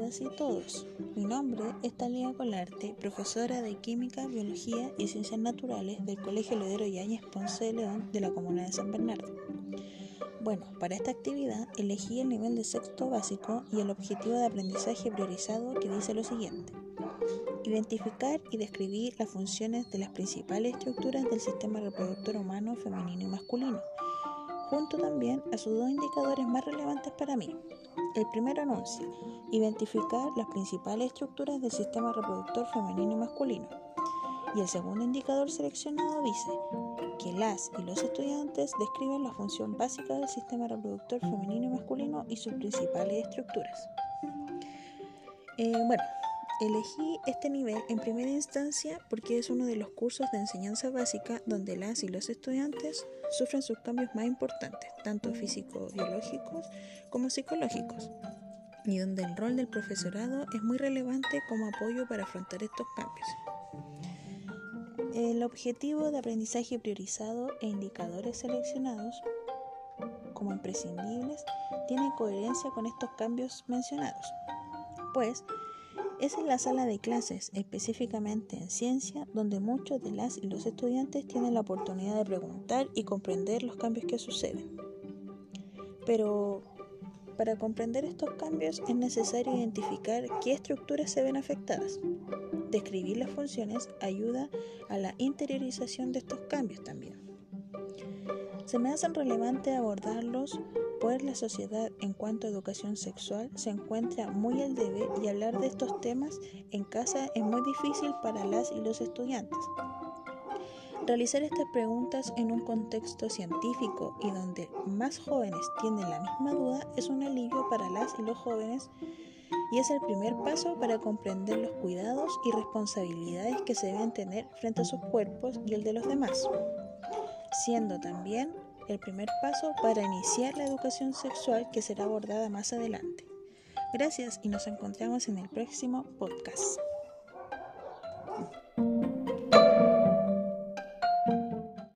todas y todos. Mi nombre es Talía Colarte, profesora de Química, Biología y Ciencias Naturales del Colegio Lodeiro Yáñez Ponce de León de la comuna de San Bernardo. Bueno, para esta actividad elegí el nivel de sexto básico y el objetivo de aprendizaje priorizado que dice lo siguiente: identificar y describir las funciones de las principales estructuras del sistema reproductor humano femenino y masculino, junto también a sus dos indicadores más relevantes para mí. El primero anuncia identificar las principales estructuras del sistema reproductor femenino y masculino. Y el segundo indicador seleccionado dice que las y los estudiantes describen la función básica del sistema reproductor femenino y masculino y sus principales estructuras. Elegí este nivel en primera instancia porque es uno de los cursos de enseñanza básica donde las y los estudiantes sufren sus cambios más importantes, tanto físico-biológicos como psicológicos, y donde el rol del profesorado es muy relevante como apoyo para afrontar estos cambios. El objetivo de aprendizaje priorizado e indicadores seleccionados como imprescindibles tiene coherencia con estos cambios mencionados, pues es en la sala de clases, específicamente en ciencia, donde muchos de las y los estudiantes tienen la oportunidad de preguntar y comprender los cambios que suceden. Pero para comprender estos cambios es necesario identificar qué estructuras se ven afectadas. Describir las funciones ayuda a la interiorización de estos cambios también. Se me hacen relevante abordarlos, pues la sociedad en cuanto a educación sexual se encuentra muy al debe y hablar de estos temas en casa es muy difícil para las y los estudiantes. Realizar estas preguntas en un contexto científico y donde más jóvenes tienen la misma duda es un alivio para las y los jóvenes y es el primer paso para comprender los cuidados y responsabilidades que se deben tener frente a sus cuerpos y el de los demás, siendo también el primer paso para iniciar la educación sexual que será abordada más adelante. Gracias y nos encontramos en el próximo podcast.